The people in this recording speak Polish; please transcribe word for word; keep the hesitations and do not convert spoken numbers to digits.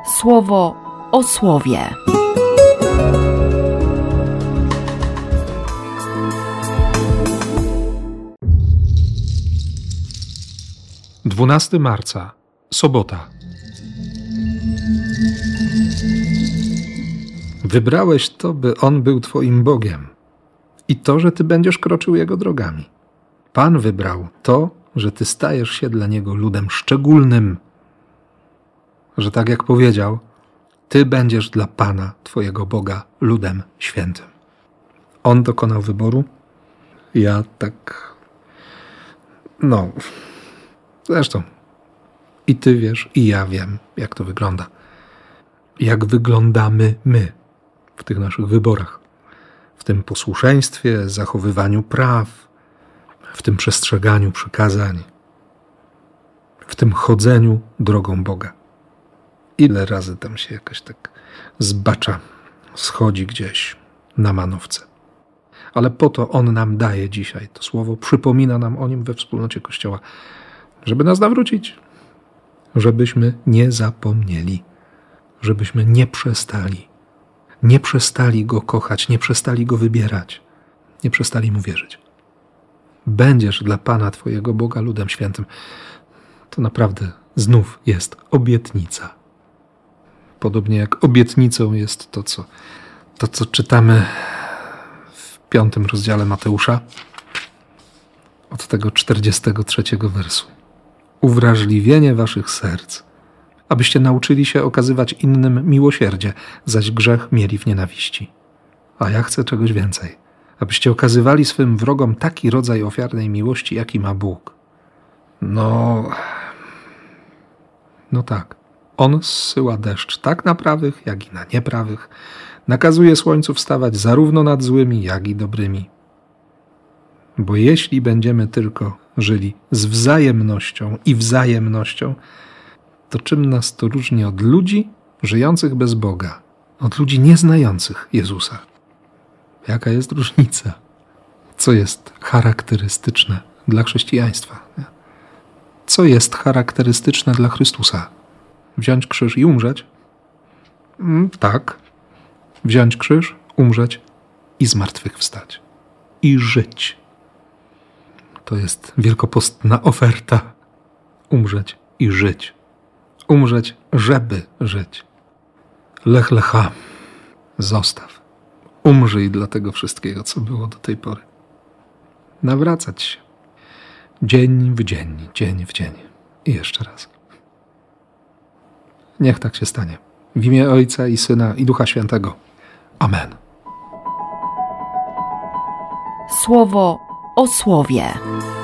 Słowo o słowie. dwunastego marca, sobota. Wybrałeś to, by On był Twoim Bogiem i to, że Ty będziesz kroczył Jego drogami. Pan wybrał to, że Ty stajesz się dla Niego ludem szczególnym, że tak jak powiedział, Ty będziesz dla Pana, Twojego Boga, ludem świętym. On dokonał wyboru. Ja tak... No... Zresztą i Ty wiesz, i ja wiem, jak to wygląda. Jak wyglądamy my w tych naszych wyborach. W tym posłuszeństwie, zachowywaniu praw, w tym przestrzeganiu przykazań, w tym chodzeniu drogą Boga. Ile razy tam się jakaś tak zbacza, schodzi gdzieś na manowce. Ale po to On nam daje dzisiaj to słowo, przypomina nam o nim we wspólnocie Kościoła, żeby nas nawrócić, żebyśmy nie zapomnieli, żebyśmy nie przestali, nie przestali Go kochać, nie przestali Go wybierać, nie przestali Mu wierzyć. Będziesz dla Pana Twojego Boga ludem świętym. To naprawdę znów jest obietnica. Podobnie jak obietnicą jest to, co, to, co czytamy w piątym rozdziale Mateusza, od tego czterdziestego trzeciego wersu. Uwrażliwienie waszych serc, abyście nauczyli się okazywać innym miłosierdzie, zaś grzech mieli w nienawiści. A ja chcę czegoś więcej, abyście okazywali swym wrogom taki rodzaj ofiarnej miłości, jaki ma Bóg. No, no tak. On zsyła deszcz tak na prawych, jak i na nieprawych. Nakazuje słońcu wstawać zarówno nad złymi, jak i dobrymi. Bo jeśli będziemy tylko żyli z wzajemnością i wzajemnością, to czym nas to różni od ludzi żyjących bez Boga, od ludzi nieznających Jezusa? Jaka jest różnica? Co jest charakterystyczne dla chrześcijaństwa? Co jest charakterystyczne dla Chrystusa? Wziąć krzyż i umrzeć? Mm, tak. Wziąć krzyż, umrzeć i zmartwychwstać. I żyć. To jest wielkopostna oferta. Umrzeć i żyć. Umrzeć, żeby żyć. Lech lecha. Zostaw. Umrzyj dla tego wszystkiego, co było do tej pory. Nawracać się. Dzień w dzień, dzień w dzień. I jeszcze raz. Niech tak się stanie. W imię Ojca i Syna i Ducha Świętego. Amen. Słowo o słowie.